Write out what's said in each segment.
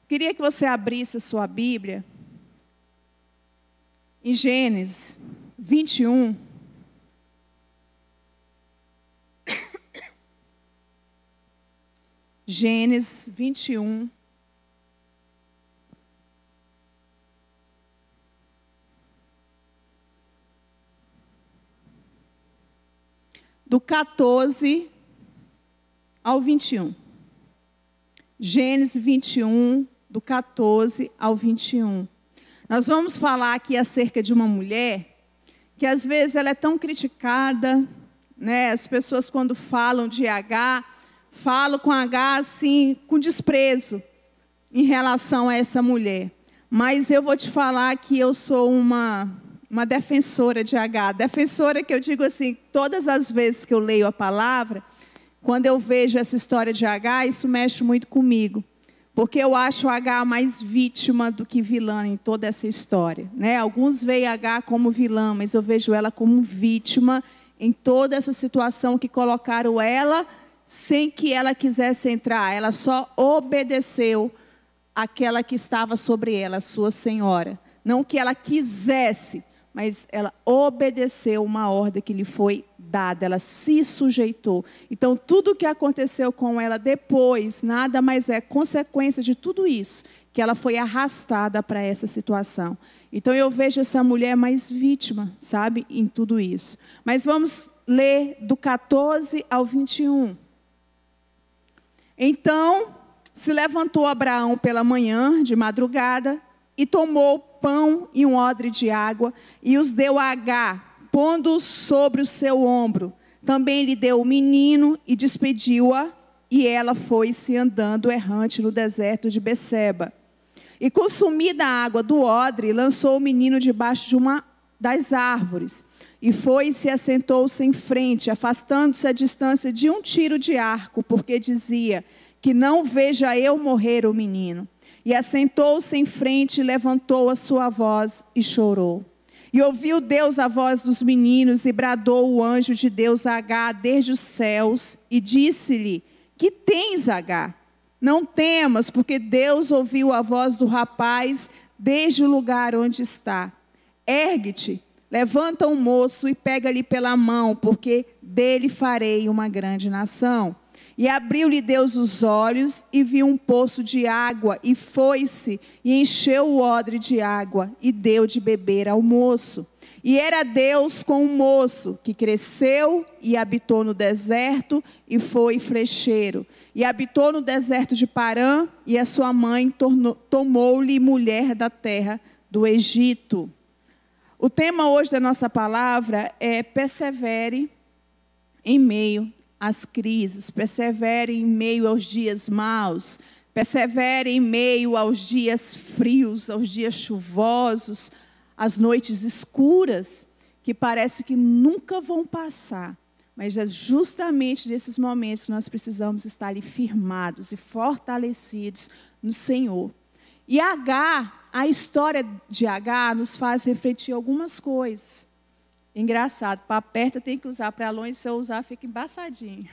Queria que você abrisse a sua Bíblia em Gênesis 21. Gênesis 21. Do 14 ao 21. Gênesis 21, do 14 ao 21. Nós vamos falar aqui acerca de uma mulher que às vezes ela é tão criticada, né? As pessoas quando falam de H, falam com H assim, com desprezo em relação a essa mulher. Mas eu vou te falar que eu sou uma defensora de H. Defensora que eu digo assim, todas as vezes que eu leio a palavra, quando eu vejo essa história de H, isso mexe muito comigo. Porque eu acho H mais vítima do que vilã em toda essa história, né? Alguns veem H como vilã, mas eu vejo ela como vítima em toda essa situação que colocaram ela sem que ela quisesse entrar. Ela só obedeceu àquela que estava sobre ela, a sua senhora. Não que ela quisesse, mas ela obedeceu uma ordem que lhe foi dada, ela se sujeitou. Então, tudo o que aconteceu com ela depois, nada mais é consequência de tudo isso, que ela foi arrastada para essa situação. Então, eu vejo essa mulher mais vítima, sabe, em tudo isso. Mas vamos ler do 14 ao 21. Então, se levantou Abraão pela manhã, de madrugada, e tomou pão e um odre de água, e os deu a Agar, pondo-os sobre o seu ombro. Também lhe deu o menino e despediu-a, e ela foi-se andando errante no deserto de Beceba. E consumida a água do odre, lançou o menino debaixo de uma das árvores, e foi-se e assentou-se em frente, afastando-se a distância de um tiro de arco, porque dizia, que não veja eu morrer o menino. E assentou-se em frente, levantou a sua voz e chorou. E ouviu Deus a voz dos meninos, e bradou o anjo de Deus a Agar desde os céus, e disse-lhe, que tens, Agar? Não temas, porque Deus ouviu a voz do rapaz desde o lugar onde está. Ergue-te, levanta um moço e pega-lhe pela mão, porque dele farei uma grande nação. E abriu-lhe Deus os olhos, e viu um poço de água, e foi-se, e encheu o odre de água, e deu de beber ao moço. E era Deus com o moço, que cresceu, e habitou no deserto, e foi frecheiro. E habitou no deserto de Parã, e a sua mãe tomou-lhe mulher da terra do Egito. O tema hoje da nossa palavra é persevere em meio às crises, persevere em meio aos dias maus, persevere em meio aos dias frios, aos dias chuvosos, às noites escuras, que parece que nunca vão passar. Mas é justamente nesses momentos que nós precisamos estar ali firmados e fortalecidos no Senhor. E Agar, a história de Agar nos faz refletir algumas coisas. Engraçado, para perto tem que usar, para longe se eu usar fica embaçadinho.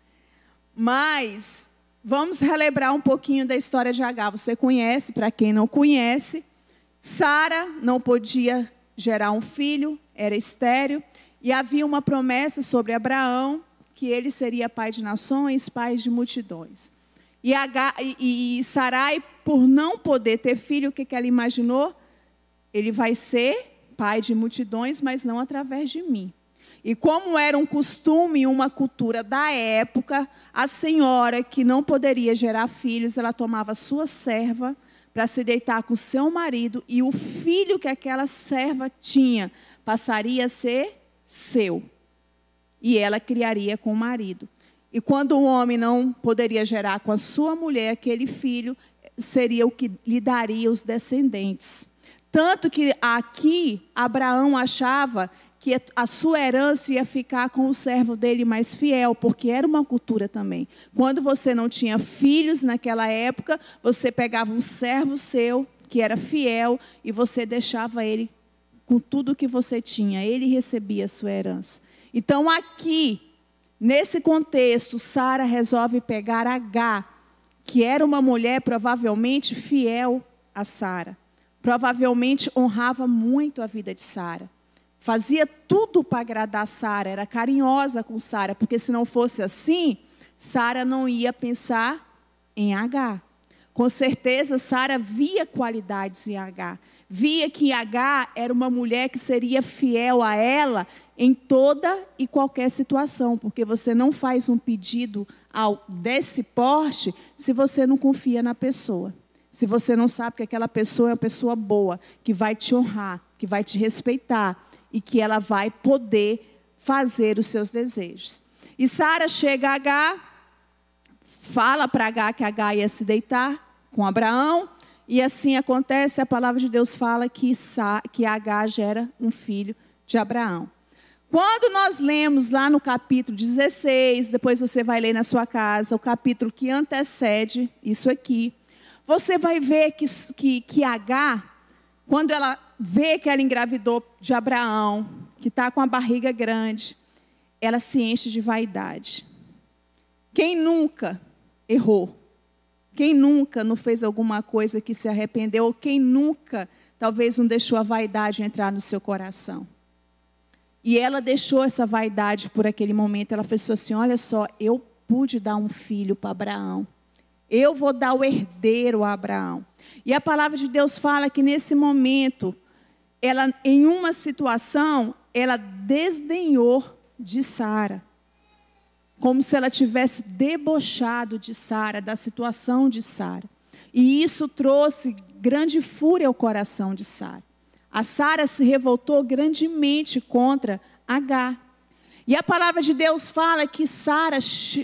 Mas vamos relembrar um pouquinho da história de Agar. Você conhece, para quem não conhece, Sara não podia gerar um filho, era estéril, e havia uma promessa sobre Abraão, que ele seria pai de nações, pai de multidões. E Sarai, por não poder ter filho, o que ela imaginou? Ele vai ser pai de multidões, mas não através de mim. E como era um costume, uma cultura da época, a senhora que não poderia gerar filhos, ela tomava sua serva para se deitar com seu marido, e o filho que aquela serva tinha passaria a ser seu. E ela criaria com o marido. E quando o homem não poderia gerar com a sua mulher, aquele filho seria o que lhe daria os descendentes. Tanto que aqui Abraão achava que a sua herança ia ficar com o servo dele mais fiel, porque era uma cultura também. Quando você não tinha filhos naquela época, você pegava um servo seu, que era fiel, e você deixava ele com tudo que você tinha. Ele recebia a sua herança. Então aqui, nesse contexto, Sara resolve pegar Agar, que era uma mulher provavelmente fiel a Sara. Provavelmente honrava muito a vida de Sara. Fazia tudo para agradar Sara, era carinhosa com Sara, porque se não fosse assim, Sara não ia pensar em Agar. Com certeza, Sara via qualidades em Agar. Via que Agar era uma mulher que seria fiel a ela em toda e qualquer situação, porque você não faz um pedido desse porte se você não confia na pessoa. Se você não sabe que aquela pessoa é uma pessoa boa, que vai te honrar, que vai te respeitar e que ela vai poder fazer os seus desejos. E Sara chega a Agar, fala para Agar que Agar ia se deitar com Abraão, e assim acontece. A palavra de Deus fala que Agar gera um filho de Abraão. Quando nós lemos lá no capítulo 16, depois você vai ler na sua casa, o capítulo que antecede isso aqui, você vai ver que Agar, quando ela vê que ela engravidou de Abraão, que está com a barriga grande, ela se enche de vaidade. Quem nunca errou? Quem nunca não fez alguma coisa que se arrependeu? Ou quem nunca, talvez, não deixou a vaidade entrar no seu coração? E ela deixou essa vaidade por aquele momento. Ela pensou assim, olha só, eu pude dar um filho para Abraão. Eu vou dar o herdeiro a Abraão. E a palavra de Deus fala que nesse momento, ela, em uma situação, ela desdenhou de Sara. Como se ela tivesse debochado de Sara, da situação de Sara. E isso trouxe grande fúria ao coração de Sara. A Sara se revoltou grandemente contra Agar. E a palavra de Deus fala que Sara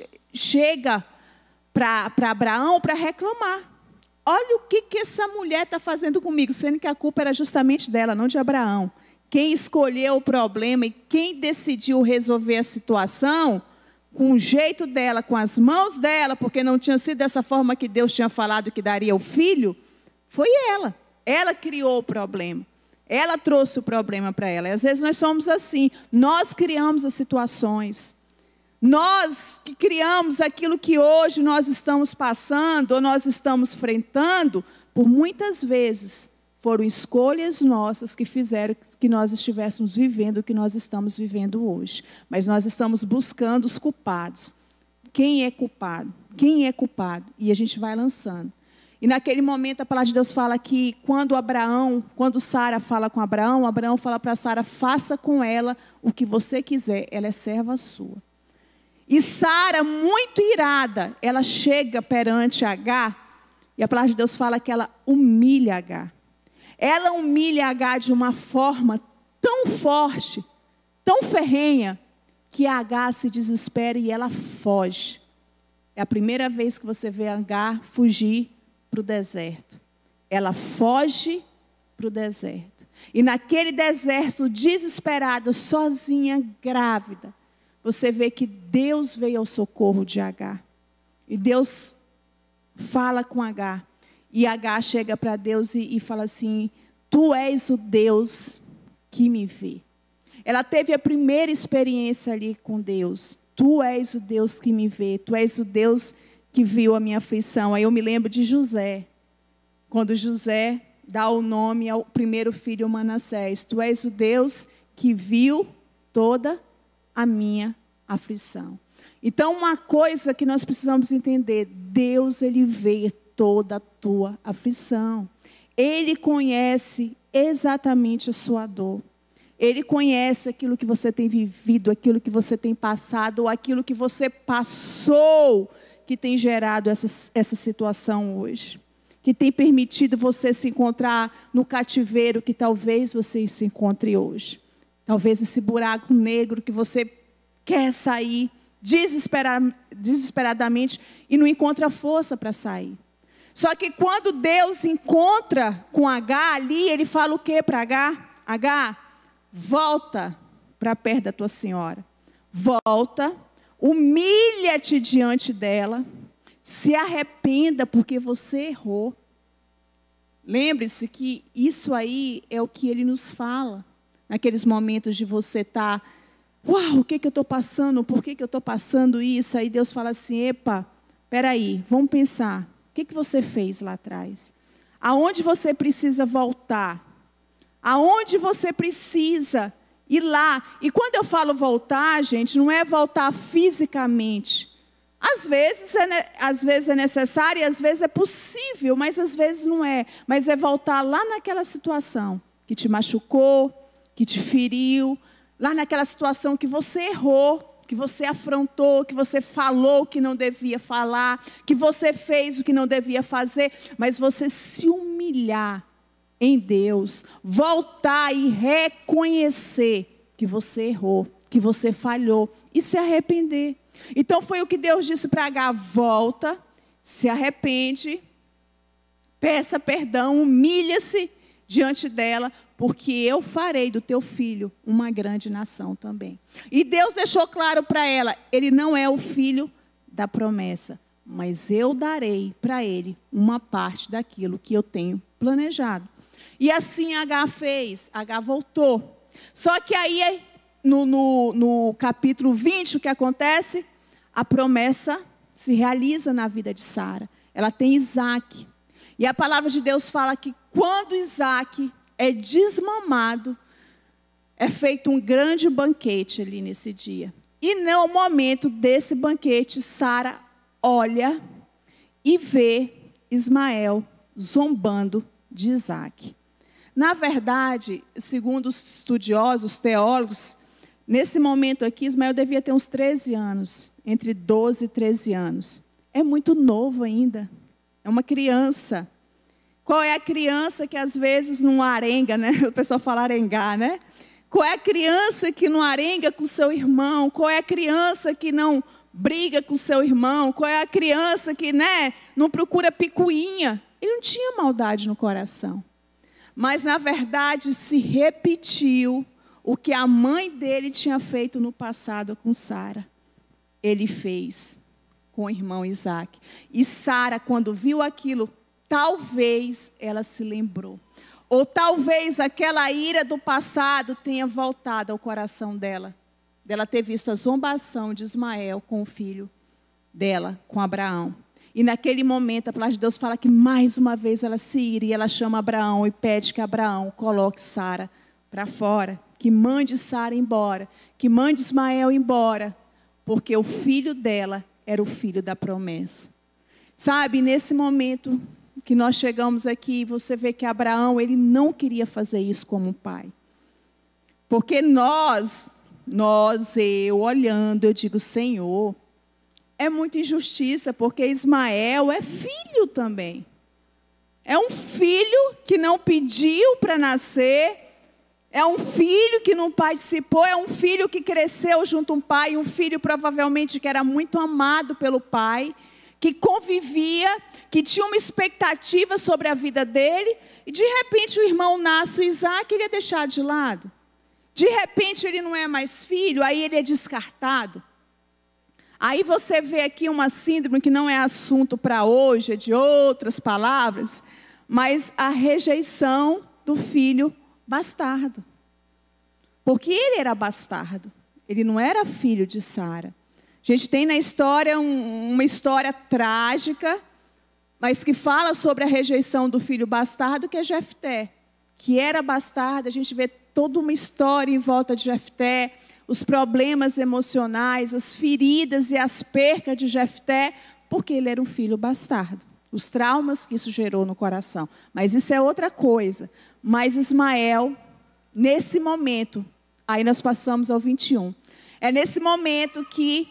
chega para Abraão para reclamar. Olha o que essa mulher está fazendo comigo, sendo que a culpa era justamente dela, não de Abraão. Quem escolheu o problema e quem decidiu resolver a situação, com o jeito dela, com as mãos dela, porque não tinha sido dessa forma que Deus tinha falado que daria o filho, foi ela. Ela criou o problema. Ela trouxe o problema para ela. E às vezes nós somos assim. Nós criamos as situações. Nós que criamos aquilo que hoje nós estamos passando, ou nós estamos enfrentando, por muitas vezes foram escolhas nossas que fizeram que nós estivéssemos vivendo o que nós estamos vivendo hoje. Mas nós estamos buscando os culpados. Quem é culpado? Quem é culpado? E a gente vai lançando. E naquele momento a palavra de Deus fala que quando Sara fala com Abraão, Abraão fala para Sara, faça com ela o que você quiser, ela é serva sua. E Sara, muito irada, ela chega perante Agar, e a palavra de Deus fala que ela humilha Agar. Ela humilha Agar de uma forma tão forte, tão ferrenha, que Agar se desespera e ela foge. É a primeira vez que você vê Agar fugir para o deserto. Ela foge para o deserto. E naquele deserto, desesperada, sozinha, grávida, você vê que Deus veio ao socorro de Agar. E Deus fala com Agar. E Agar chega para Deus e fala assim, tu és o Deus que me vê. Ela teve a primeira experiência ali com Deus. Tu és o Deus que me vê. Tu és o Deus que viu a minha aflição. Aí eu me lembro de José. Quando José dá o nome ao primeiro filho Manassés. Tu és o Deus que viu toda a minha aflição. Então, uma coisa que nós precisamos entender. Deus, Ele vê toda a tua aflição. Ele conhece exatamente a sua dor. Ele conhece aquilo que você tem vivido, aquilo que você tem passado, ou aquilo que você passou, que tem gerado essa situação hoje. Que tem permitido você se encontrar no cativeiro que talvez você se encontre hoje. Talvez esse buraco negro que você quer sair desesperadamente e não encontra força para sair. Só que quando Deus encontra com Agar ali, Ele fala o que para Agar? Agar, volta para perto da tua senhora. Volta, humilha-te diante dela, se arrependa porque você errou. Lembre-se que isso aí é o que Ele nos fala. Naqueles momentos de você estar, uau, o que eu estou passando? Por que eu estou passando isso? Aí Deus fala assim, epa, Espera aí, vamos pensar. O que você fez lá atrás? Aonde você precisa voltar? Aonde você precisa ir lá? E quando eu falo voltar, gente, não é voltar fisicamente. Às vezes é necessário e às vezes é possível, mas às vezes não é. Mas é voltar lá naquela situação que te machucou, que te feriu, lá naquela situação que você errou, que você afrontou, que você falou o que não devia falar, que você fez o que não devia fazer, mas você se humilhar em Deus, voltar e reconhecer que você errou, que você falhou e se arrepender. Então foi o que Deus disse para Agar: volta, se arrepende, peça perdão, humilha-se diante dela, porque eu farei do teu filho uma grande nação também. E Deus deixou claro para ela: ele não é o filho da promessa, mas eu darei para ele uma parte daquilo que eu tenho planejado. E assim Agar fez, Agar voltou. Só que aí, no capítulo 20, o que acontece? A promessa se realiza na vida de Sara. Ela tem Isaac. E a palavra de Deus fala que quando Isaac é desmamado, é feito um grande banquete ali nesse dia. E no momento desse banquete, Sara olha e vê Ismael zombando de Isaac. Na verdade, segundo os estudiosos, teólogos, nesse momento aqui, Ismael devia ter uns 13 anos, entre 12 e 13 anos. É muito novo ainda, é uma criança. Qual é a criança que às vezes não arenga, né? O pessoal fala arengar, né? Qual é a criança que não arenga com seu irmão? Qual é a criança que não briga com seu irmão? Qual é a criança que, né, não procura picuinha? Ele não tinha maldade no coração. Mas, na verdade, se repetiu o que a mãe dele tinha feito no passado com Sara. Ele fez com o irmão Isaac. E Sara, quando viu aquilo, talvez ela se lembrou. Ou talvez aquela ira do passado tenha voltado ao coração dela. Dela ter visto a zombação de Ismael com o filho dela, com Abraão. E naquele momento, a palavra de Deus fala que mais uma vez ela se ira e ela chama Abraão e pede que Abraão coloque Sara para fora. Que mande Sara embora, que mande Ismael embora, porque o filho dela era o filho da promessa. Sabe, nesse momento que nós chegamos aqui, você vê que Abraão, ele não queria fazer isso como pai. Porque eu olhando, eu digo: Senhor, é muita injustiça, porque Ismael é filho também. É um filho que não pediu para nascer, é um filho que não participou, é um filho que cresceu junto a um pai, um filho provavelmente que era muito amado pelo pai, que convivia, que tinha uma expectativa sobre a vida dele, e de repente o irmão nasce, o Isaac, ele é deixado de lado. De repente ele não é mais filho, aí ele é descartado. Aí você vê aqui uma síndrome que não é assunto para hoje, é de outras palavras, mas a rejeição do filho bastardo. Porque ele era bastardo, ele não era filho de Sara. A gente tem na história uma história trágica, mas que fala sobre a rejeição do filho bastardo, que é Jefté, que era bastardo. A gente vê toda uma história em volta de Jefté, os problemas emocionais, as feridas e as percas de Jefté, porque ele era um filho bastardo. Os traumas que isso gerou no coração. Mas isso é outra coisa. Mas Ismael, nesse momento, aí nós passamos ao 21. É nesse momento que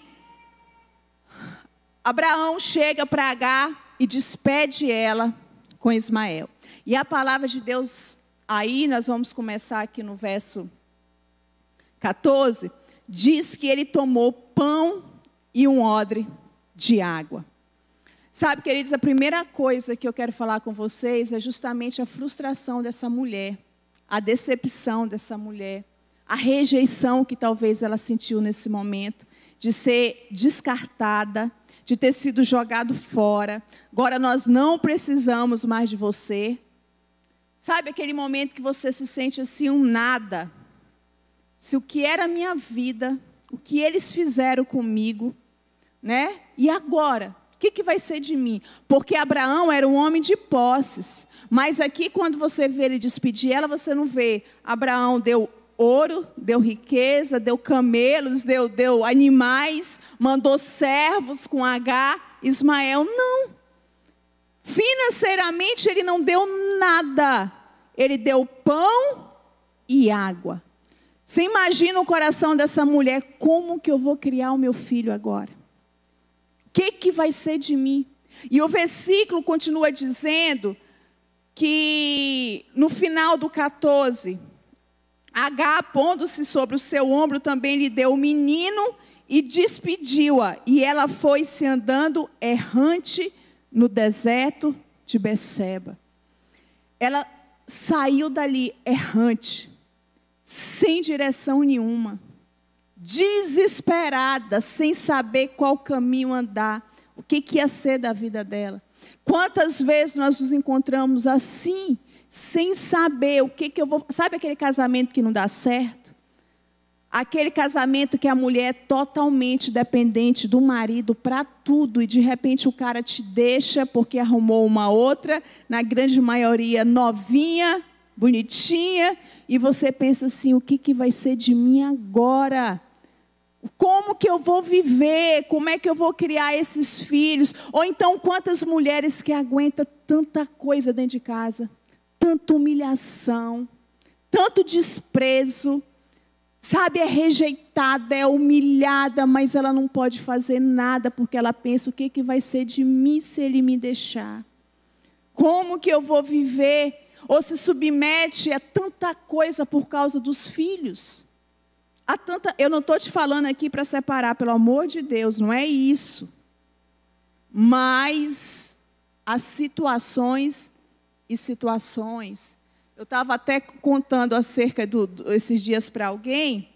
Abraão chega para Agar e despede ela com Ismael. E a palavra de Deus, aí nós vamos começar aqui no verso 14, diz que ele tomou pão e um odre de água. Sabe, queridos, a primeira coisa que eu quero falar com vocês é justamente a frustração dessa mulher, a decepção dessa mulher, a rejeição que talvez ela sentiu nesse momento, de ser descartada, de ter sido jogado fora. Agora nós não precisamos mais de você. Sabe aquele momento que você se sente assim, um nada? Se o que era a minha vida, o que eles fizeram comigo, né? E agora? O que vai ser de mim? Porque Abraão era um homem de posses. Mas aqui, quando você vê ele despedir ela, você não vê. Abraão deu ouro, deu riqueza, deu camelos, deu animais, mandou servos com Agar, Ismael. Não. Financeiramente, ele não deu nada. Ele deu pão e água. Você imagina o coração dessa mulher, como que eu vou criar o meu filho agora? O que vai ser de mim? E o versículo continua dizendo que no final do 14, Agar, pondo-se sobre o seu ombro, também lhe deu o menino e despediu-a. E ela foi-se andando errante no deserto de Beceba. Ela saiu dali errante, sem direção nenhuma, desesperada, sem saber qual caminho andar, o que ia ser da vida dela. Quantas vezes nós nos encontramos assim, sem saber o que eu vou... Sabe aquele casamento que não dá certo? Aquele casamento que a mulher é totalmente dependente do marido para tudo e de repente o cara te deixa porque arrumou uma outra, na grande maioria novinha, bonitinha, e você pensa assim, o que vai ser de mim agora? Como que eu vou viver? Como é que eu vou criar esses filhos? Ou então, quantas mulheres que aguentam tanta coisa dentro de casa? Tanta humilhação, tanto desprezo, sabe? É rejeitada, é humilhada, mas ela não pode fazer nada, porque ela pensa, o que vai ser de mim se ele me deixar? Como que eu vou viver? Ou se submete a tanta coisa por causa dos filhos. Eu não estou te falando aqui para separar, pelo amor de Deus, não é isso. Mas as situações e situações. Eu estava até contando acerca esses dias para alguém.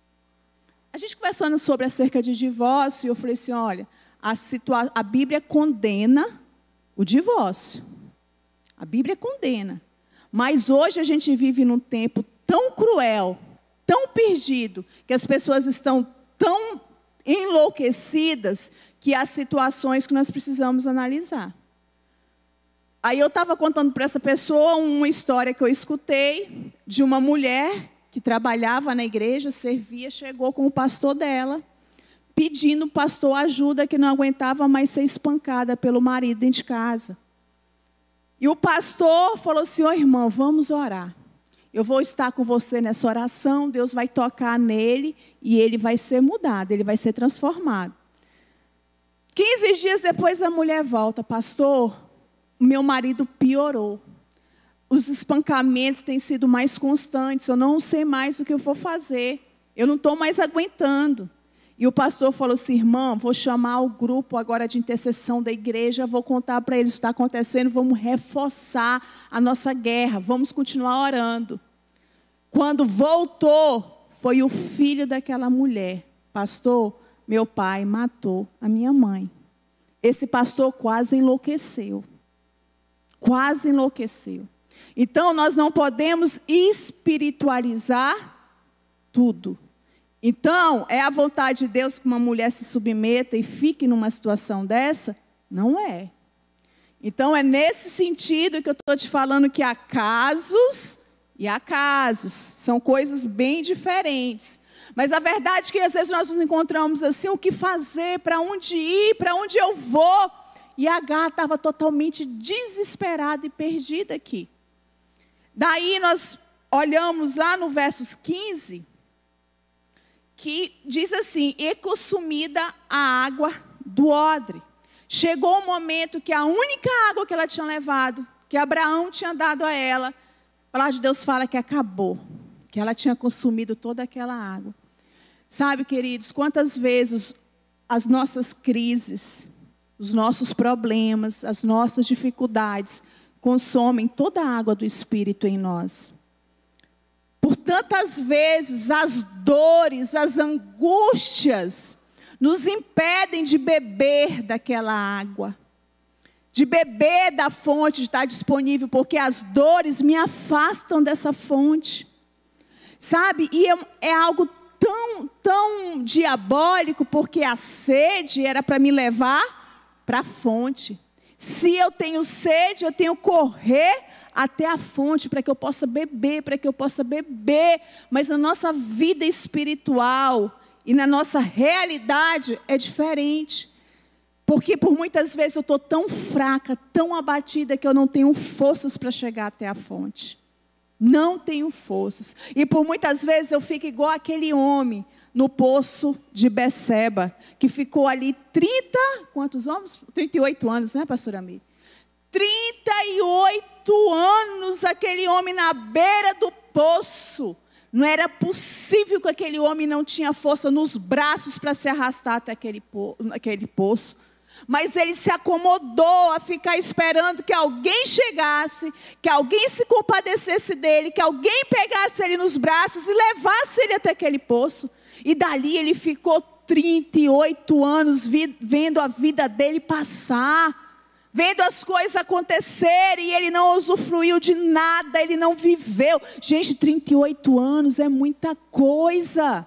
A gente conversando sobre acerca de divórcio, eu falei assim, olha, a Bíblia condena o divórcio. A Bíblia condena. Mas hoje a gente vive num tempo tão cruel, tão perdido, que as pessoas estão tão enlouquecidas, que há situações que nós precisamos analisar. Aí eu estava contando para essa pessoa uma história que eu escutei de uma mulher que trabalhava na igreja, servia, chegou com o pastor dela, pedindo o pastor ajuda, que não aguentava mais ser espancada pelo marido dentro de casa. E o pastor falou assim, irmã, vamos orar. Eu vou estar com você nessa oração, Deus vai tocar nele e ele vai ser mudado, ele vai ser transformado. 15 dias depois a mulher volta, pastor, meu marido piorou. Os espancamentos têm sido mais constantes, eu não sei mais o que eu vou fazer, eu não estou mais aguentando. E o pastor falou assim, irmã, vou chamar o grupo agora de intercessão da igreja, vou contar para eles o que está acontecendo, vamos reforçar a nossa guerra, vamos continuar orando. Quando voltou, foi o filho daquela mulher. Pastor, meu pai matou a minha mãe. Esse pastor quase enlouqueceu. Quase enlouqueceu. Então, nós não podemos espiritualizar tudo. Então, é a vontade de Deus que uma mulher se submeta e fique numa situação dessa? Não é. Então, é nesse sentido que eu estou te falando que há casos e há casos. São coisas bem diferentes. Mas a verdade é que às vezes nós nos encontramos assim, o que fazer, para onde ir, para onde eu vou. E Agar estava totalmente desesperada e perdida aqui. Daí nós olhamos lá no versos 15... que diz assim, e consumida a água do odre. Chegou o momento que a única água que ela tinha levado, que Abraão tinha dado a ela, a palavra de Deus fala que acabou, que ela tinha consumido toda aquela água. Sabe, queridos, quantas vezes as nossas crises, os nossos problemas, as nossas dificuldades, consomem toda a água do Espírito em nós. Por tantas vezes as dores, as angústias nos impedem de beber daquela água, de beber da fonte, de estar disponível, porque as dores me afastam dessa fonte, sabe? E é algo tão diabólico, porque a sede era para me levar para a fonte. Se eu tenho sede, eu tenho que correr até a fonte para que eu possa beber, Mas na nossa vida espiritual e na nossa realidade é diferente. Porque por muitas vezes eu estou tão fraca, tão abatida, que eu não tenho forças para chegar até a fonte. Não tenho forças. E por muitas vezes eu fico igual aquele homem no poço de Beceba, que ficou ali 38 anos, né, pastora Miri? 38 anos aquele homem na beira do poço. Não era possível que aquele homem não tinha força nos braços para se arrastar até aquele poço. Mas ele se acomodou a ficar esperando que alguém chegasse, que alguém se compadecesse dele, que alguém pegasse ele nos braços e levasse ele até aquele poço. E dali ele ficou 38 anos vendo a vida dele passar, vendo as coisas acontecerem, e ele não usufruiu de nada, ele não viveu. Gente, 38 anos é muita coisa.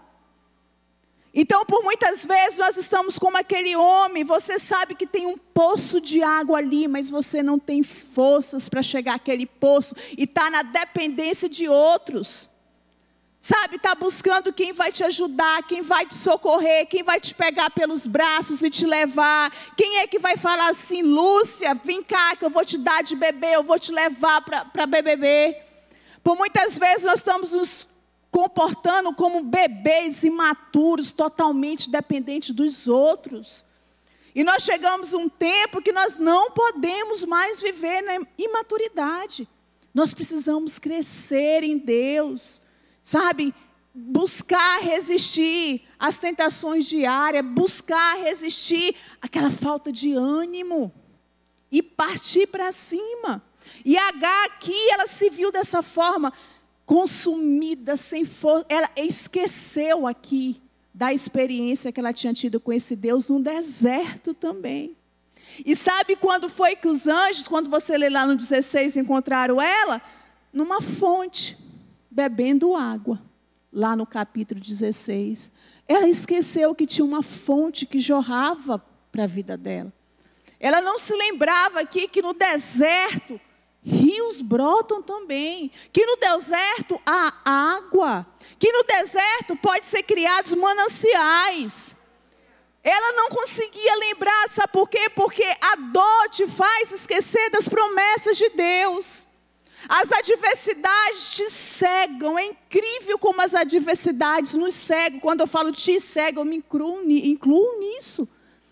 Então, por muitas vezes, nós estamos como aquele homem. Você sabe que tem um poço de água ali, mas você não tem forças para chegar àquele poço. E está na dependência de outros. Sabe, está buscando quem vai te ajudar, quem vai te socorrer, quem vai te pegar pelos braços e te levar. Quem é que vai falar assim: Lúcia, vem cá que eu vou te dar de beber, eu vou te levar para beber. Por muitas vezes nós estamos nos comportando como bebês imaturos, totalmente dependentes dos outros. E nós chegamos a um tempo que nós não podemos mais viver na imaturidade. Nós precisamos crescer em Deus, sabe? Buscar resistir às tentações diárias, buscar resistir àquela falta de ânimo e partir para cima. E Agar aqui, ela se viu dessa forma, consumida, sem força. Ela esqueceu aqui da experiência que ela tinha tido com esse Deus no deserto também. E sabe quando foi que os anjos, quando você lê lá no 16, encontraram ela? Numa fonte, bebendo água, lá no capítulo 16. Ela esqueceu que tinha uma fonte que jorrava para a vida dela. Ela não se lembrava aqui que no deserto rios brotam também, que no deserto há água, que no deserto pode ser criados mananciais. Ela não conseguia lembrar, sabe por quê? Porque a dor te faz esquecer das promessas de Deus. As adversidades te cegam. É incrível como as adversidades nos cegam. Quando eu falo te cegam, eu me incluo nisso.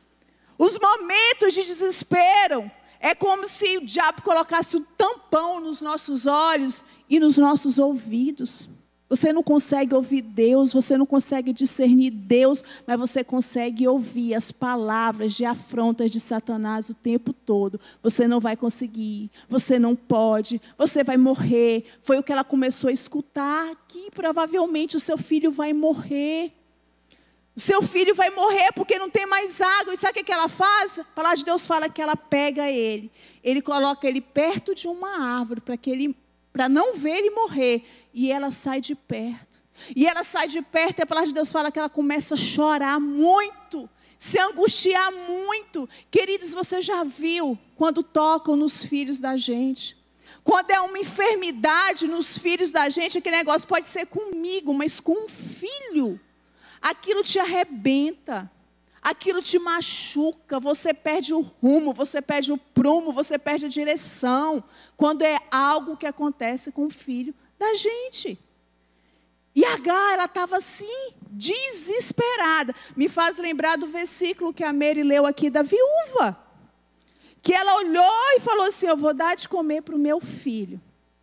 Os momentos de desespero, é como se o diabo colocasse um tampão nos nossos olhos e nos nossos ouvidos. Você não consegue ouvir Deus, você não consegue discernir Deus, mas você consegue ouvir as palavras de afrontas de Satanás o tempo todo. Você não vai conseguir, você não pode, você vai morrer. Foi o que ela começou a escutar aqui. Provavelmente o seu filho vai morrer. O seu filho vai morrer porque não tem mais água. E sabe o que ela faz? A palavra de Deus fala que ela pega ele. Ele coloca ele perto de uma árvore para não ver ele morrer. E ela sai de perto. E ela sai de perto e a palavra de Deus fala que ela começa a chorar muito. Se angustiar muito. Queridos, você já viu quando tocam nos filhos da gente? Quando é uma enfermidade nos filhos da gente, aquele negócio pode ser comigo, mas com um filho. Aquilo te arrebenta, aquilo te machuca, você perde o rumo, você perde o prumo, você perde a direção, quando é algo que acontece com o filho da gente. E Agar, ela estava assim, desesperada. Me faz lembrar do versículo que a Mary leu aqui da viúva, que ela olhou e falou assim: eu vou dar de comer para o meu filho,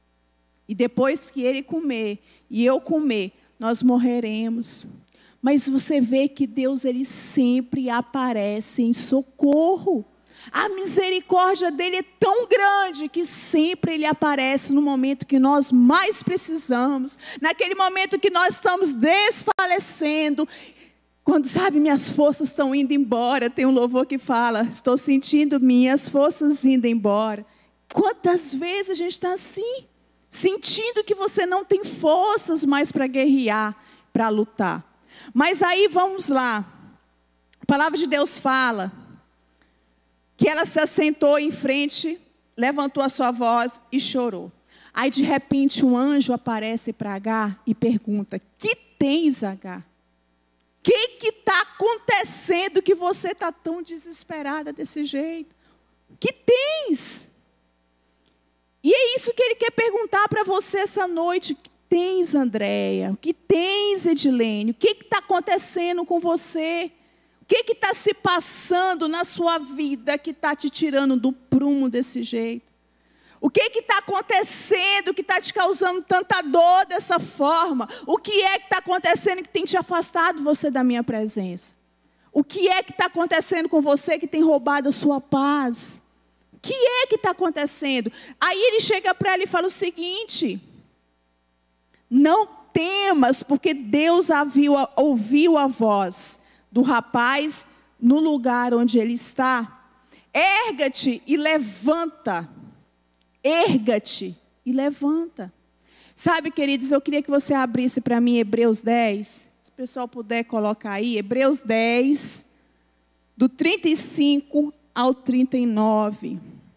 e depois que ele comer e eu comer, nós morreremos. Mas você vê que Deus, ele sempre aparece em socorro. A misericórdia dele é tão grande que sempre ele aparece no momento que nós mais precisamos. Naquele momento que nós estamos desfalecendo. Quando, sabe, minhas forças estão indo embora. Tem um louvor que fala: estou sentindo minhas forças indo embora. Quantas vezes a gente está assim? Sentindo que você não tem forças mais para guerrear, para lutar. Mas aí vamos lá, a palavra de Deus fala que ela se assentou em frente, levantou a sua voz e chorou. Aí, de repente, um anjo aparece para Agar e pergunta: que tens, Agar? O que está acontecendo que você está tão desesperada desse jeito? O que tens? E é isso que ele quer perguntar para você essa noite. O que tens, Andréia? O que tens, Edilene? O que está acontecendo com você? O que está se passando na sua vida que está te tirando do prumo desse jeito? O que está acontecendo que está te causando tanta dor dessa forma? O que é que está acontecendo que tem te afastado você da minha presença? O que é que está acontecendo com você que tem roubado a sua paz? O que é que está acontecendo? Aí ele chega para ela e fala o seguinte: não temas, porque Deus ouviu a voz do rapaz no lugar onde ele está. Erga-te e levanta. Erga-te e levanta. Sabe, queridos, eu queria que você abrisse para mim Hebreus 10. Se o pessoal puder colocar aí, Hebreus 10, do 35 ao 39.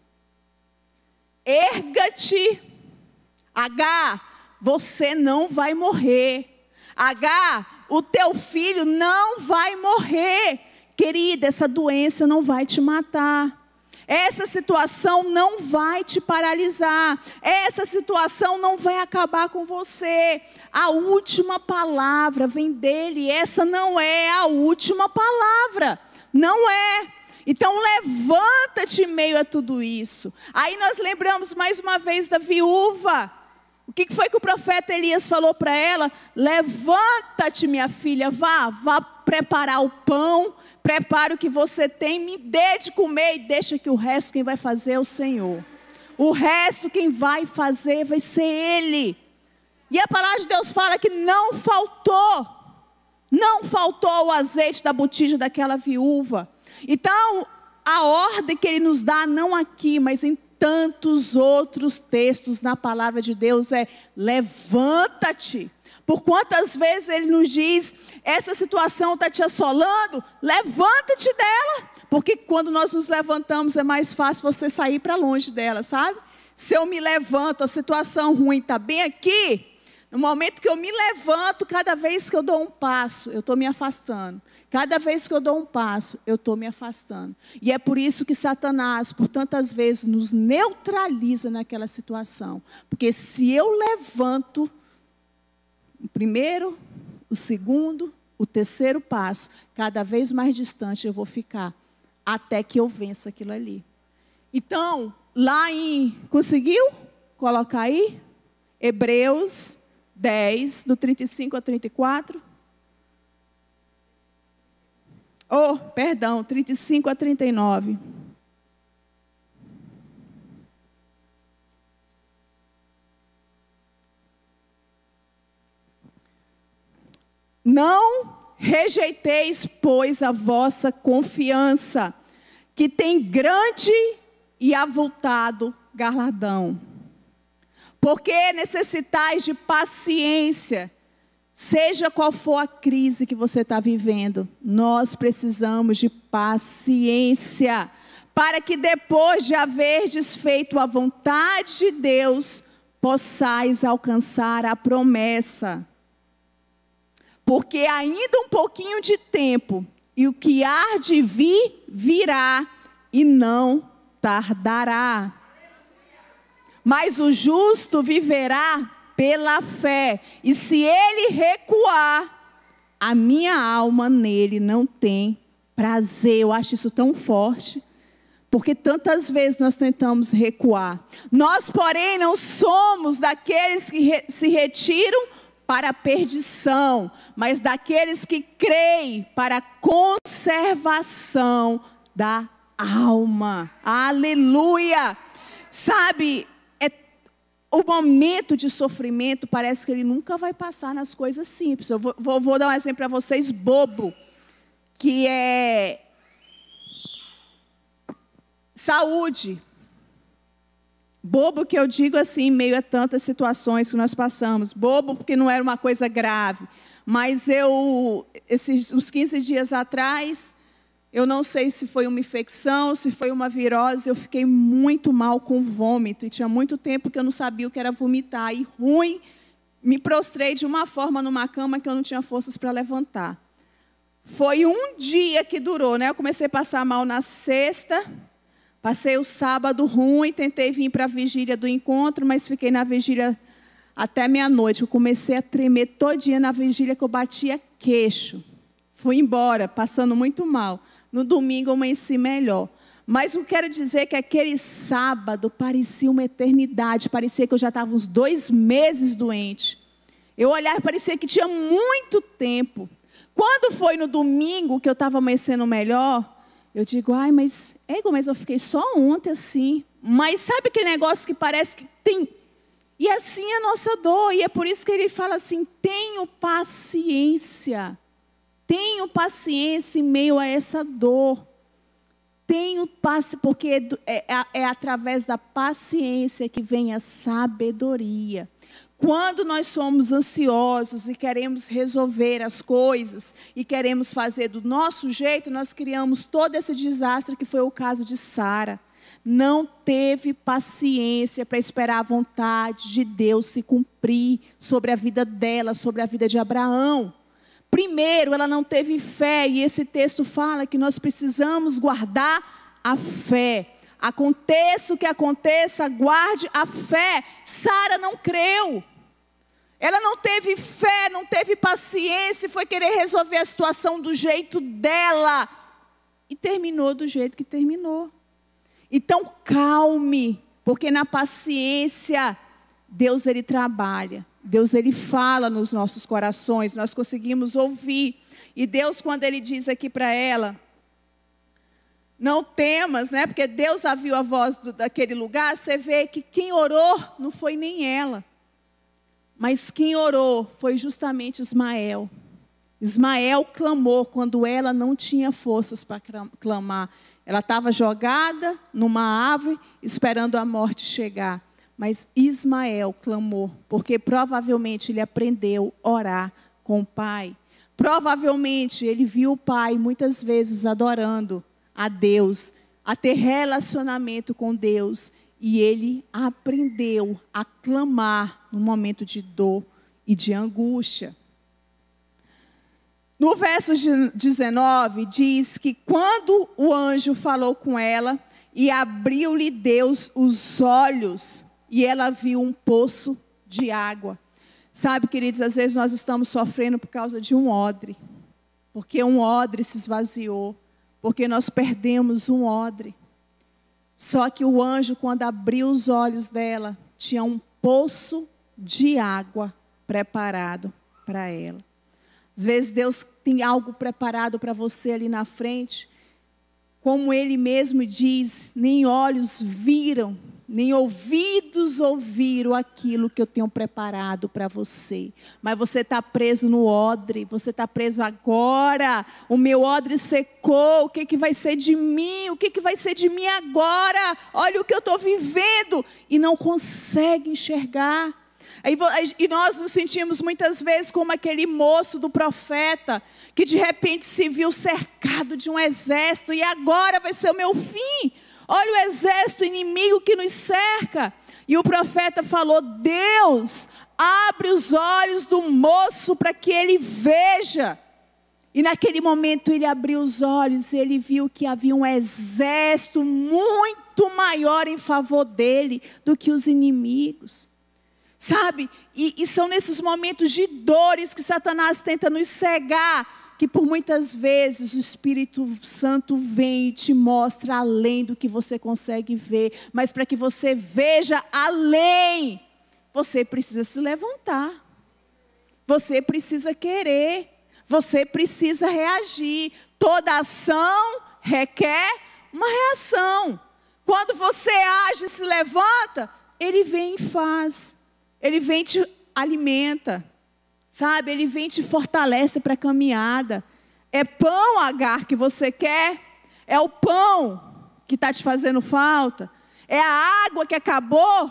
Erga-te. Agar, você não vai morrer. Agar, o teu filho não vai morrer. Querida, essa doença não vai te matar. Essa situação não vai te paralisar. Essa situação não vai acabar com você. A última palavra vem dele. Essa não é a última palavra. Não é. Então levanta-te em meio a tudo isso. Aí nós lembramos mais uma vez da viúva. O que foi que o profeta Elias falou para ela? Levanta-te, minha filha, vá preparar o pão, prepara o que você tem, me dê de comer e deixa que o resto quem vai fazer é o Senhor. O resto quem vai fazer vai ser Ele. E a palavra de Deus fala que não faltou o azeite da botija daquela viúva. Então, a ordem que Ele nos dá, não aqui, mas em tantos outros textos na palavra de Deus é: levanta-te. Por quantas vezes Ele nos diz: essa situação está te assolando, levanta-te dela. Porque quando nós nos levantamos é mais fácil você sair para longe dela, sabe? Se eu me levanto, a situação ruim está bem aqui. No momento que eu me levanto, cada vez que eu dou um passo, eu estou me afastando. Cada vez que eu dou um passo, eu estou me afastando. E é por isso que Satanás, por tantas vezes, nos neutraliza naquela situação. Porque se eu levanto o primeiro, o segundo, o terceiro passo, cada vez mais distante eu vou ficar, até que eu vença aquilo ali. Então, conseguiu colocar aí? Hebreus 10, do 35 a 34. 35 a 39. Não rejeiteis, pois, a vossa confiança, que tem grande e avultado galardão. Porque necessitais de paciência, seja qual for a crise que você está vivendo, nós precisamos de paciência, para que depois de haverdes feito a vontade de Deus, possais alcançar a promessa. Porque ainda um pouquinho de tempo, e o que há de vir, virá, e não tardará. Mas o justo viverá pela fé, e se ele recuar, a minha alma nele não tem prazer. Eu acho isso tão forte, porque tantas vezes nós tentamos recuar. Nós, porém, não somos daqueles que se retiram para a perdição, mas daqueles que creem para a conservação da alma. Aleluia! Sabe, o momento de sofrimento parece que ele nunca vai passar nas coisas simples. Eu vou dar um exemplo para vocês bobo, que é saúde. Bobo que eu digo assim, em meio a tantas situações que nós passamos. Bobo porque não era uma coisa grave. Mas uns 15 dias atrás, Eu não sei se foi uma infecção, se foi uma virose. Eu fiquei muito mal com vômito. E tinha muito tempo que eu não sabia o que era vomitar. E ruim, me prostrei de uma forma numa cama que eu não tinha forças para levantar. Foi um dia que durou, né? Eu comecei a passar mal na sexta. Passei o sábado ruim, tentei vir para a vigília do encontro, mas fiquei na vigília até meia-noite. Eu comecei a tremer todinha na vigília que eu batia queixo. Fui embora, passando muito mal. No domingo eu amanheci melhor. Mas eu quero dizer que aquele sábado parecia uma eternidade. Parecia que eu já estava uns 2 meses doente. Eu olhava e parecia que tinha muito tempo. Quando foi no domingo que eu estava amanhecendo melhor, eu digo, ai, mas eu fiquei só ontem assim. Mas sabe aquele negócio que parece que tem... E assim é a nossa dor. E é por isso que ele fala assim, tenho paciência. Tenho paciência em meio a essa dor. Tenho paciência, porque é através da paciência que vem a sabedoria. Quando nós somos ansiosos e queremos resolver as coisas e queremos fazer do nosso jeito, nós criamos todo esse desastre que foi o caso de Sara. Não teve paciência para esperar a vontade de Deus se cumprir sobre a vida dela, sobre a vida de Abraão. Primeiro, ela não teve fé, e esse texto fala que nós precisamos guardar a fé. Aconteça o que aconteça, guarde a fé. Sara não creu. Ela não teve fé, não teve paciência, foi querer resolver a situação do jeito dela. E terminou do jeito que terminou. Então calme, porque na paciência, Deus ele trabalha. Deus ele fala nos nossos corações, nós conseguimos ouvir. E Deus, quando ele diz aqui para ela, não temas, né? Porque Deus ouviu a voz daquele lugar. Você vê que quem orou não foi nem ela. Mas quem orou foi justamente Ismael. Ismael clamou quando ela não tinha forças para clamar. Ela estava jogada numa árvore, esperando a morte chegar. Mas Ismael clamou, porque provavelmente ele aprendeu a orar com o pai. Provavelmente ele viu o pai muitas vezes adorando a Deus, a ter relacionamento com Deus. E ele aprendeu a clamar no momento de dor e de angústia. No verso 19 diz que quando o anjo falou com ela e abriu-lhe Deus os olhos, e ela viu um poço de água. Sabe, queridos, às vezes nós estamos sofrendo por causa de um odre. Porque um odre se esvaziou. Porque nós perdemos um odre. Só que o anjo, quando abriu os olhos dela, tinha um poço de água preparado para ela. Às vezes Deus tem algo preparado para você ali na frente. Como Ele mesmo diz, nem olhos viram, nem ouvidos ouviram aquilo que eu tenho preparado para você. Mas você está preso no odre, você está preso agora. O meu odre secou, o que vai ser de mim? O que vai ser de mim agora? Olha o que eu estou vivendo. E não consegue enxergar. E nós nos sentimos muitas vezes como aquele moço do profeta, que de repente se viu cercado de um exército, e agora vai ser o meu fim. Olha o exército inimigo que nos cerca. E o profeta falou, Deus, abre os olhos do moço para que ele veja. E naquele momento ele abriu os olhos e ele viu que havia um exército muito maior em favor dele do que os inimigos. Sabe? E são nesses momentos de dores que Satanás tenta nos cegar, que por muitas vezes o Espírito Santo vem e te mostra além do que você consegue ver. Mas para que você veja além, você precisa se levantar. Você precisa querer. Você precisa reagir. Toda ação requer uma reação. Quando você age e se levanta, Ele vem e faz. Ele vem e te alimenta. Sabe, Ele vem e te fortalece para a caminhada. É pão, Agar, que você quer? É o pão que está te fazendo falta? É a água que acabou?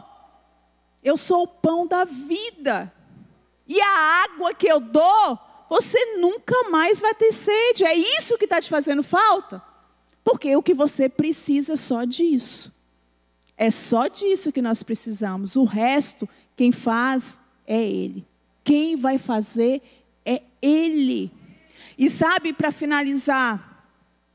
Eu sou o pão da vida. E a água que eu dou, você nunca mais vai ter sede. É isso que está te fazendo falta? Porque o que você precisa é só disso. É só disso que nós precisamos. O resto, quem faz é Ele. Quem vai fazer é Ele. E sabe, para finalizar,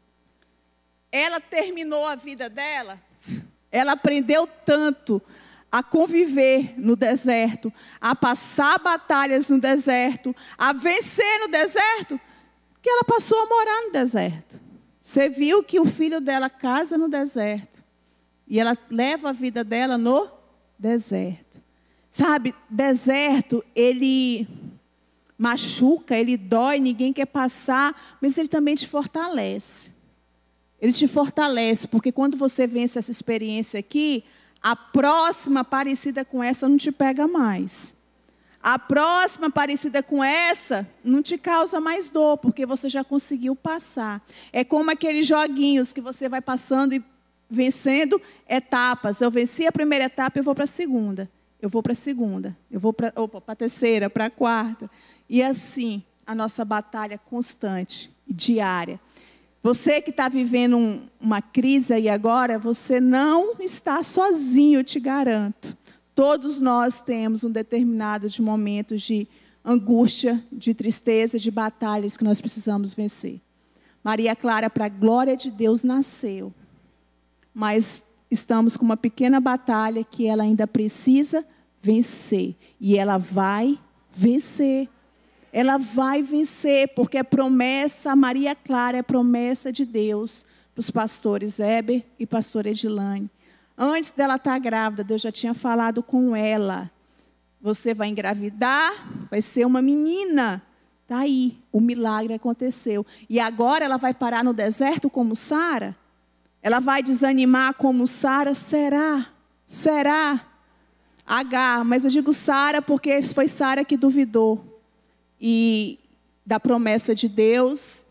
ela terminou a vida dela, ela aprendeu tanto a conviver no deserto, a passar batalhas no deserto, a vencer no deserto, que ela passou a morar no deserto. Você viu que o filho dela casa no deserto. E ela leva a vida dela no deserto. Sabe, deserto, ele machuca, ele dói, ninguém quer passar, mas ele também te fortalece. Ele te fortalece, porque quando você vence essa experiência aqui, a próxima parecida com essa não te pega mais. A próxima parecida com essa não te causa mais dor, porque você já conseguiu passar. É como aqueles joguinhos que você vai passando e vencendo etapas. Eu venci a primeira etapa, eu vou para a segunda. Eu vou para a segunda. Eu vou para a terceira, para a quarta. E assim, a nossa batalha constante, diária. Você que está vivendo uma crise aí agora, você não está sozinho, eu te garanto. Todos nós temos um determinado de momentos de angústia, de tristeza, de batalhas que nós precisamos vencer. Maria Clara, para a glória de Deus, nasceu. Mas estamos com uma pequena batalha que ela ainda precisa vencer. E ela vai vencer. Ela vai vencer, porque é promessa, Maria Clara é promessa de Deus para os pastores Heber e pastor Edilane. Antes dela estar grávida, Deus já tinha falado com ela. Você vai engravidar, vai ser uma menina. Está aí, o milagre aconteceu. E agora ela vai parar no deserto como Sara? Ela vai desanimar como Sara? Será? Será? Agar, mas eu digo Sara porque foi Sara que duvidou. E da promessa de Deus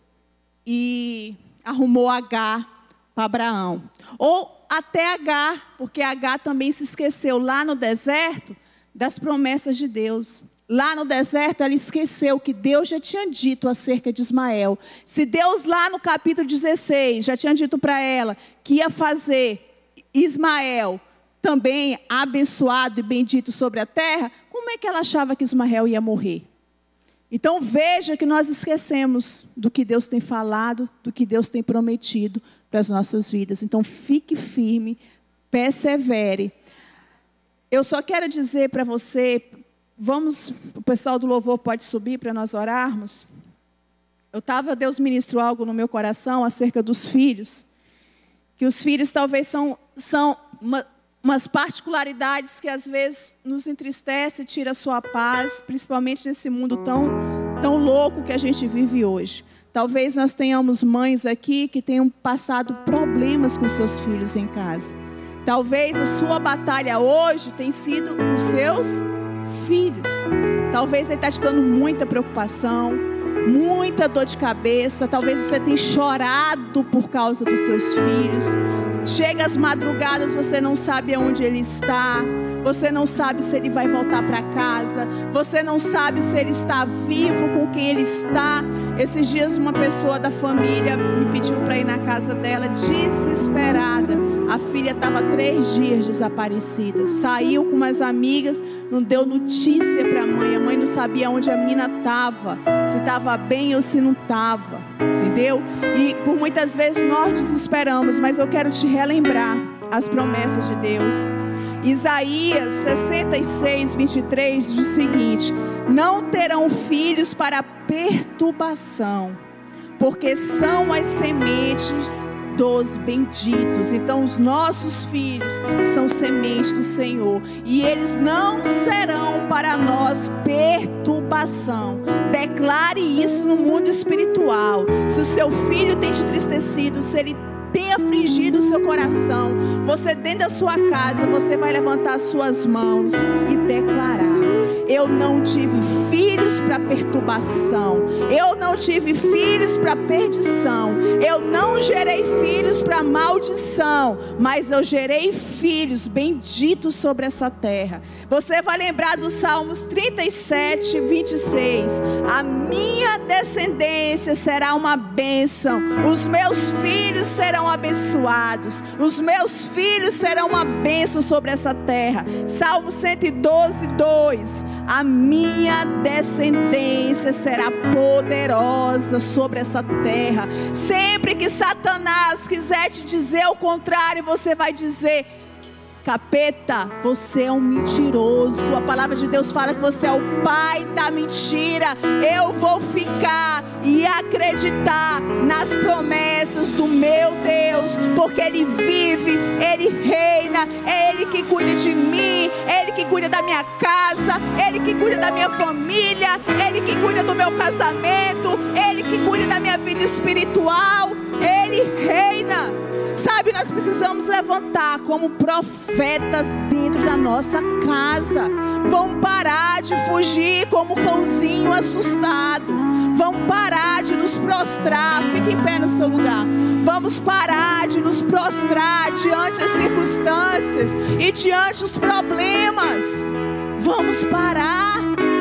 e arrumou Agar para Abraão. Ou até Agar, porque Agar também se esqueceu lá no deserto das promessas de Deus. Lá no deserto ela esqueceu que Deus já tinha dito acerca de Ismael. Se Deus lá no capítulo 16 já tinha dito para ela que ia fazer Ismael também abençoado e bendito sobre a terra, como é que ela achava que Ismael ia morrer? Então veja que nós esquecemos do que Deus tem falado, do que Deus tem prometido para as nossas vidas. Então fique firme, persevere. Eu só quero dizer para você, o pessoal do louvor pode subir para nós orarmos. Deus ministrou algo no meu coração acerca dos filhos. Que os filhos talvez são umas particularidades que às vezes nos entristece e tira a sua paz, principalmente nesse mundo tão louco que a gente vive hoje. Talvez nós tenhamos mães aqui que tenham passado problemas com seus filhos em casa. Talvez a sua batalha hoje tenha sido os seus filhos. Talvez ele está te dando muita preocupação, muita dor de cabeça. Talvez você tenha chorado por causa dos seus filhos. Chega às madrugadas, você não sabe aonde ele está. Você não sabe se ele vai voltar para casa. Você não sabe se ele está vivo, com quem ele está. Esses dias uma pessoa da família me pediu para ir na casa dela, desesperada. A filha estava 3 dias desaparecida. Saiu com umas amigas, não deu notícia para a mãe. A mãe não sabia onde a menina estava, se estava bem ou se não estava. Entendeu? E por muitas vezes nós desesperamos, mas eu quero te relembrar as promessas de Deus. Isaías 66, 23 diz o seguinte: não terão filhos para perturbação, porque são as sementes dos benditos. Então os nossos filhos são sementes do Senhor, e eles não serão para nós perturbação. Declare isso no mundo espiritual. Se o seu filho tem te entristecido, se ele tem afligido o seu coração, você dentro da sua casa, você vai levantar as suas mãos e declarar: Eu não tive filhos para perturbação. Eu não tive filhos para perdição. Eu não gerei filhos para maldição, mas eu gerei filhos benditos sobre essa terra. Você vai lembrar dos Salmos 37, 26. A minha descendência será uma bênção. Os meus filhos serão abençoados. Os meus filhos serão uma bênção sobre essa terra. Salmo 112, 2. A minha descendência será poderosa sobre essa terra. Sempre que Satanás quiser te dizer o contrário, você vai dizer: capeta, você é um mentiroso. A palavra de Deus fala que você é o pai da mentira. Eu vou ficar e acreditar nas promessas do meu Deus, porque Ele vive, Ele reina, é Ele que cuida de mim, é Ele que cuida da minha casa, é Ele que cuida da minha família, é Ele que cuida do meu casamento, é Ele que cuida da minha vida espiritual. Ele reina. Sabe, nós precisamos levantar como profetas dentro da nossa casa. Vamos parar de fugir como cãozinho assustado. Vamos parar de nos prostrar. Fique em pé no seu lugar. Vamos parar de nos prostrar diante as circunstâncias e diante os problemas. Vamos parar.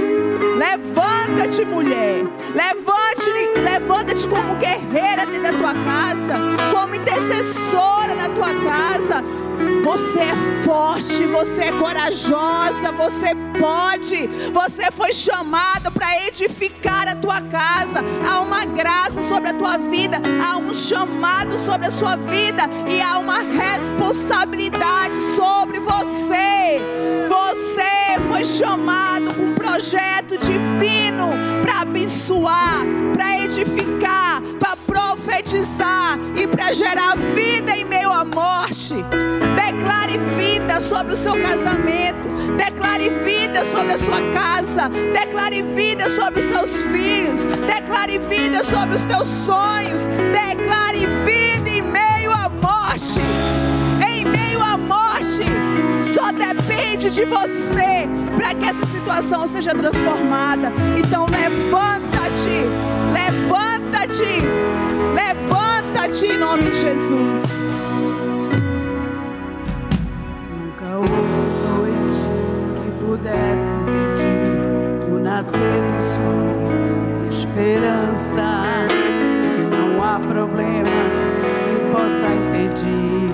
Levanta-te, mulher. Levanta-te como guerreira dentro da tua casa, como intercessora na tua casa. Você é forte, você é corajosa, você pode. Você foi chamada para edificar a tua casa. Há uma graça sobre a tua vida, há um chamado sobre a sua vida e há uma responsabilidade sobre você. Você foi chamado com um projeto divino para abençoar, para edificar, para profetizar e para gerar vida em meio à morte. Declare vida sobre o seu casamento. Declare vida sobre a sua casa. Declare vida sobre os seus filhos. Declare vida sobre os teus sonhos. Declare vida em meio à morte. Em meio à morte. Só depende de você para que essa situação seja transformada. Então levanta-te. Levanta-te. Levanta-te em nome de Jesus. Pudesse pedir o nascer do sol, a esperança, e não há problema que possa impedir.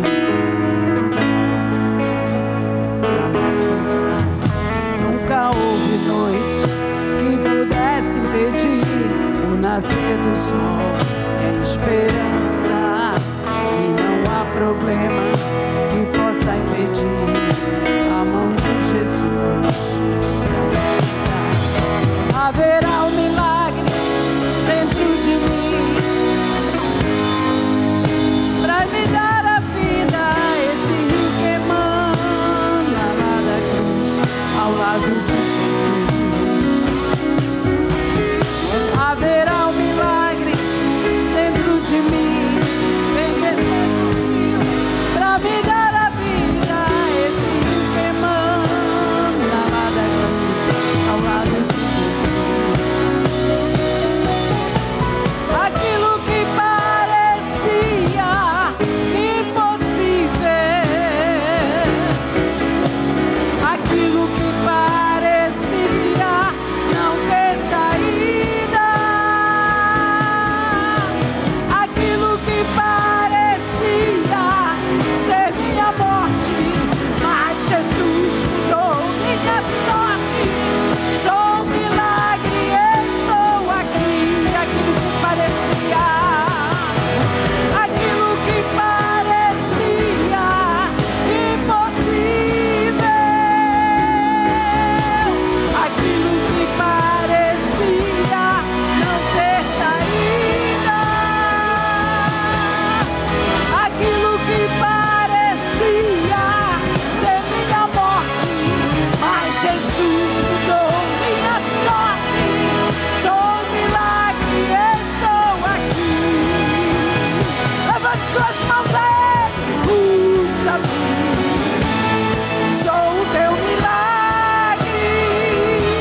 Nunca houve noite que pudesse impedir o nascer do sol, a esperança, e não há problema que possa impedir. A mão de Jesus. Haverá um milagre dentro de mim pra me dar a vida, esse rio que emana lá da cruz ao lado de Jesus. Haverá um milagre dentro de mim, vem descendo o rio pra me dar a vida, esse rio que emana lá da cruz ao lado de Jesus. Aquilo que parecia impossível, aquilo que parecia não ter saída, aquilo que parecia ser minha morte, mas Jesus mudou minha sorte. Sou um milagre, estou aqui. Aquilo que parecia, aquilo que parecia impossível, aquilo que parecia não ter saída, aquilo que parecia ser minha morte, mas Jesus mudou minha sorte. Sou um milagre, estou aqui. Levante suas mãos a Ele, usa-me. Sou o teu milagre.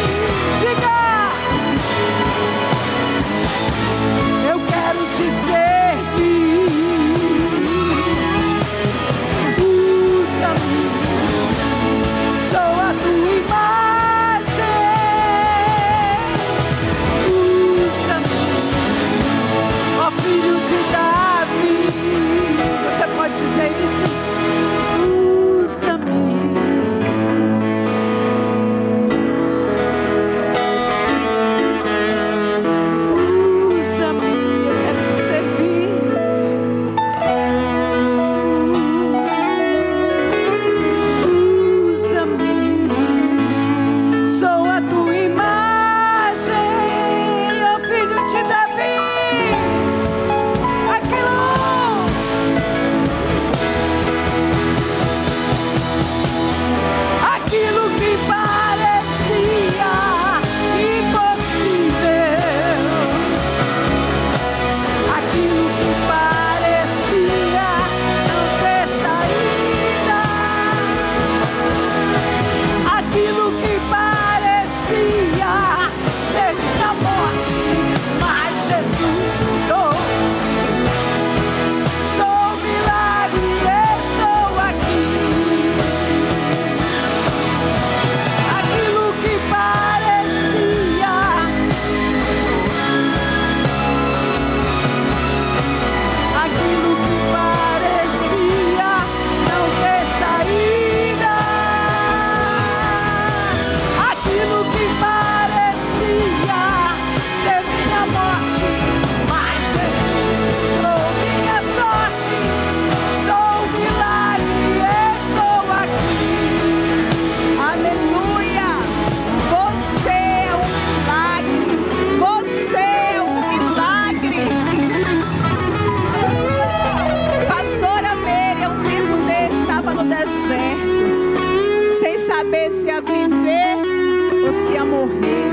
viver ou se ia morrer.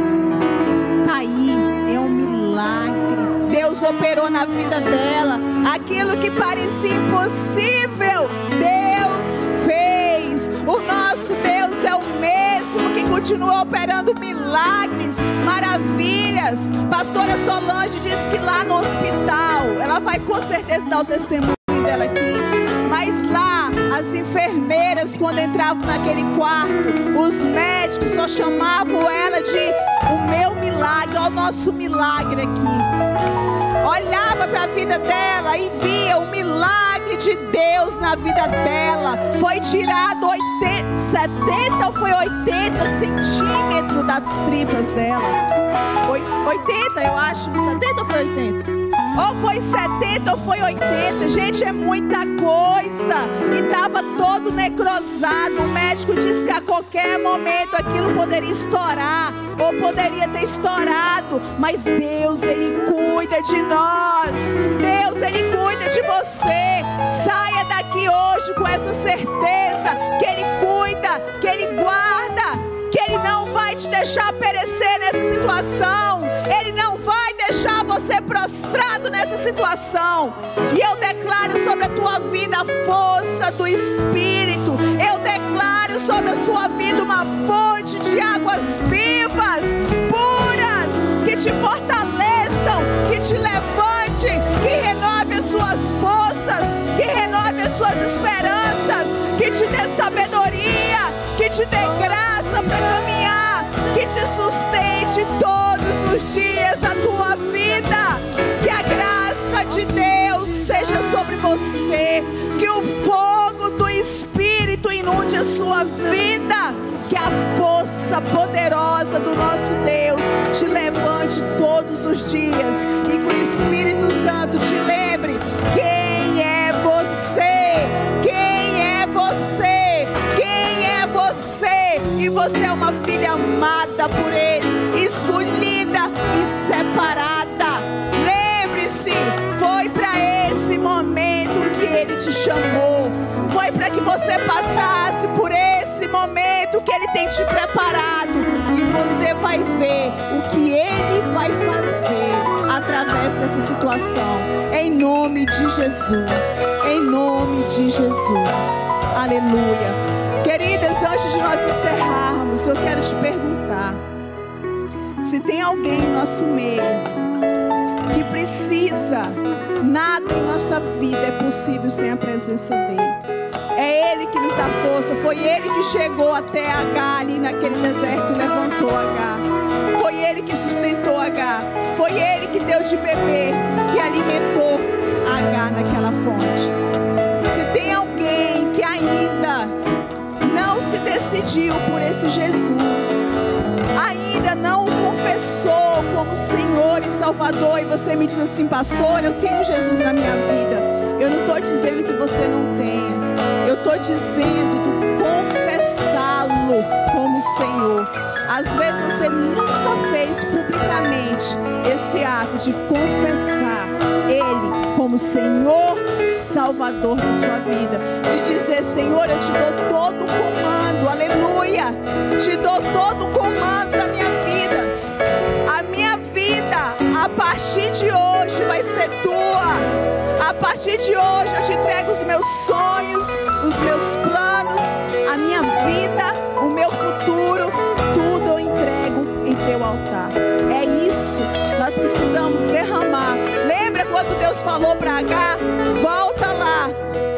Tá aí, é um milagre. Deus operou na vida dela. Aquilo que parecia impossível, Deus fez. O nosso Deus é o mesmo que continua operando milagres, maravilhas. Pastora Solange disse que lá no hospital, ela vai com certeza dar o testemunho dela aqui, mas lá as enfermeiras, quando entravam naquele quarto, os médicos só chamavam ela de o meu milagre, ó, o nosso milagre aqui. Olhava para a vida dela e via o milagre de Deus na vida dela. Foi tirado 70 ou foi 80 centímetros das tripas dela. 80 eu acho, 70 ou foi 80? Ou foi 70 ou foi 80. Gente, é muita coisa. E estava todo necrosado. O médico disse que a qualquer momento aquilo poderia estourar, ou poderia ter estourado. Mas Deus, Ele cuida de nós. Deus, Ele cuida de você. Saia daqui hoje com essa certeza que Ele cuida, que Ele guarda, que Ele não vai te deixar perecer nessa situação. Ele não vai deixar você prostrado nessa situação. E eu declaro sobre a tua vida a força do Espírito. Eu declaro sobre a sua vida uma fonte de águas vivas, puras, que te fortaleçam, que te levante, que renove as suas forças, que renove as suas esperanças, que te dê sabedoria, que te dê graça para caminhar, que te sustente todos os dias da tua vida. Que a graça de Deus seja sobre você, que o fogo do Espírito inunde a sua vida, que a força poderosa do nosso Deus te levante todos os dias, e que o Espírito Santo te lembre quem é você, quem é você, quem é você. E você é uma filha amada por Ele, escolhida e separada. Lembre-se, foi para esse momento que Ele te chamou. Foi para que você passasse por esse momento que Ele tem te preparado. E você vai ver o que Ele vai fazer através dessa situação. Em nome de Jesus. Em nome de Jesus. Aleluia. Queridas, antes de nós encerrarmos, eu quero te perguntar: se tem alguém em nosso meio que precisa, nada em nossa vida é possível sem a presença dEle. É Ele que nos dá força. Foi Ele que chegou até Agar ali naquele deserto e levantou Agar. Foi Ele que sustentou Agar. Foi Ele que deu de beber, que alimentou Agar naquela fonte. Se tem alguém que ainda não se decidiu por esse Jesus, ainda não o confessou como Senhor e Salvador, e você me diz assim: pastor, eu tenho Jesus na minha vida. Eu não estou dizendo que você não tenha. Eu estou dizendo do confessá-lo como Senhor. Às vezes você nunca fez publicamente esse ato de confessar Ele como Senhor, Salvador da sua vida. De dizer: Senhor, eu te dou todo o comando, aleluia. Te dou todo o comando da minha vida. A minha vida, a partir de hoje, vai ser tua. A partir de hoje eu te entrego os meus sonhos, os meus planos, a minha vida, o meu futuro. Tudo eu entrego em teu altar. É isso, nós precisamos derramar. Lembra quando Deus falou para Agar: volta lá,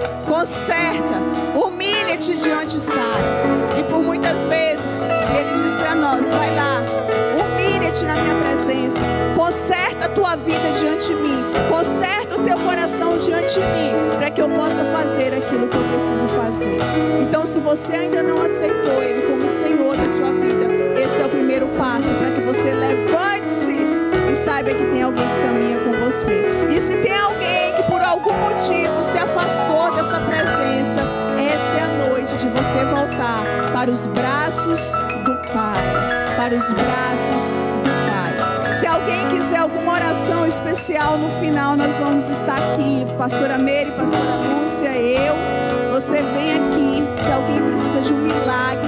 conserta, humilha-te diante de Sara. E por muitas vezes Ele diz para nós: vai lá, humilha-te na minha presença, conserta a tua vida diante de mim, conserta o teu coração diante de mim, para que eu possa fazer aquilo que eu preciso fazer. Então, se você ainda não aceitou Ele como Senhor da sua vida, esse é o primeiro passo para que você levante-se e saiba que tem alguém que caminha com você. E se tem alguém que por algum motivo se afastou dessa presença, essa é a noite de você voltar para os braços do Pai, para os braços do Pai. Se alguém quiser alguma oração especial no final, nós vamos estar aqui, pastora Meire, pastora Lúcia, eu. Você vem aqui. Se alguém precisa de um milagre,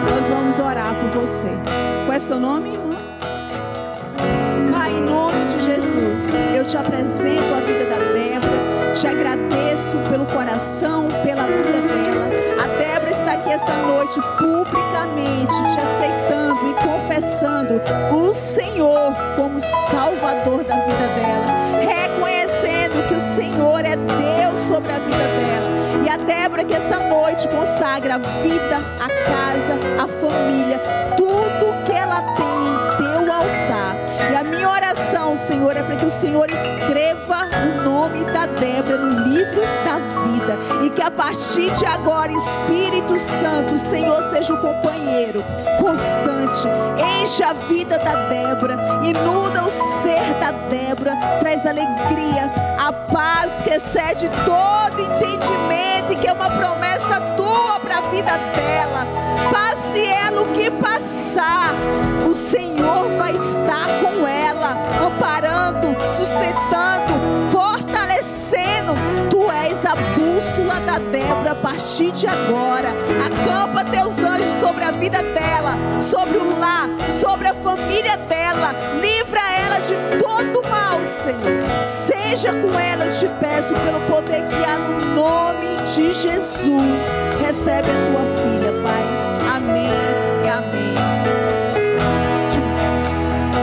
Nós vamos orar por você. Qual é seu nome, irmã? Pai, em nome de Jesus, eu te apresento a vida da Débora. Te agradeço pelo coração, pela vida dela. A Débora está aqui essa noite publicamente te aceitando e confessando o Senhor como Salvador da vida dela, reconhecendo que o Senhor é Deus sobre a vida dela. E a Débora que essa noite consagra a vida, a casa, a família, tudo que ela tem em teu altar. E a minha oração, Senhor, é para que o Senhor escreva o nome da Débora no livro da vida. E que a partir de agora, Espírito Santo, o Senhor seja o companheiro constante. Enche a vida da Débora, inunda o ser da Débora, traz alegria, a paz que excede todo entendimento e que é uma promessa tua para a vida dela. Passe ela o que passar, o Senhor vai estar com ela, amparando, sustentando, fortalecendo. Tu és a bússola da Débora a partir de agora. Acampa teus anjos sobre a vida dela, sobre o lar, sobre a família dela. Livra ela de todo mal, Senhor. Seja com ela, eu te peço, pelo poder que há no nome de Jesus. Recebe a tua filha.